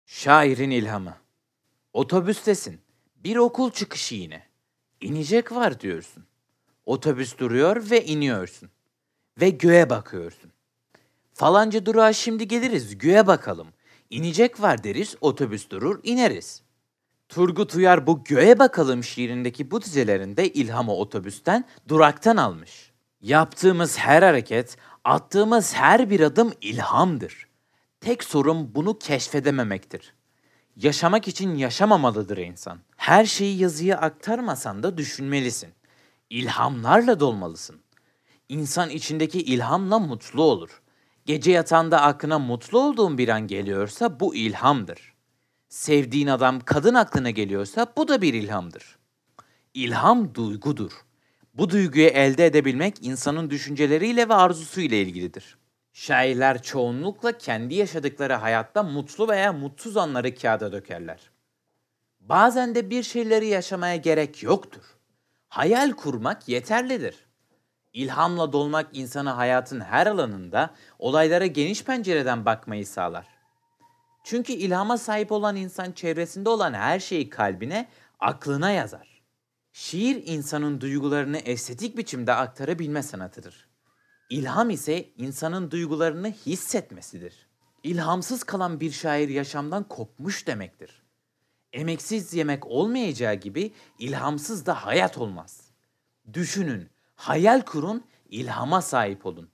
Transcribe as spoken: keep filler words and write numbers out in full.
Şairin ilhamı. Otobüstesin. Bir okul çıkışı yine. İnecek var diyorsun. Otobüs duruyor ve iniyorsun. Ve göğe bakıyorsun. Falanca durağa şimdi geliriz, göğe bakalım. İnecek var deriz, otobüs durur, ineriz. Turgut Uyar bu göğe bakalım şiirindeki bu dizelerinde ilhamı otobüsten, duraktan almış. Yaptığımız her hareket, attığımız her bir adım ilhamdır. Tek sorun bunu keşfedememektir. Yaşamak için yaşamamalıdır insan. Her şeyi yazıya aktarmasan da düşünmelisin. İlhamlarla dolmalısın. İnsan içindeki ilhamla mutlu olur. Gece yatağında aklına mutlu olduğun bir an geliyorsa bu ilhamdır. Sevdiğin adam, kadın aklına geliyorsa bu da bir ilhamdır. İlham duygudur. Bu duyguyu elde edebilmek insanın düşünceleriyle ve arzusuyla ilgilidir. Şairler çoğunlukla kendi yaşadıkları hayatta mutlu veya mutsuz anları kağıda dökerler. Bazen de bir şeyleri yaşamaya gerek yoktur. Hayal kurmak yeterlidir. İlhamla dolmak insana hayatın her alanında olaylara geniş pencereden bakmayı sağlar. Çünkü ilhama sahip olan insan çevresinde olan her şeyi kalbine, aklına yazar. Şiir insanın duygularını estetik biçimde aktarabilme sanatıdır. İlham ise insanın duygularını hissetmesidir. İlhamsız kalan bir şair yaşamdan kopmuş demektir. Emeksiz yemek olmayacağı gibi ilhamsız da hayat olmaz. Düşünün, hayal kurun, ilhama sahip olun.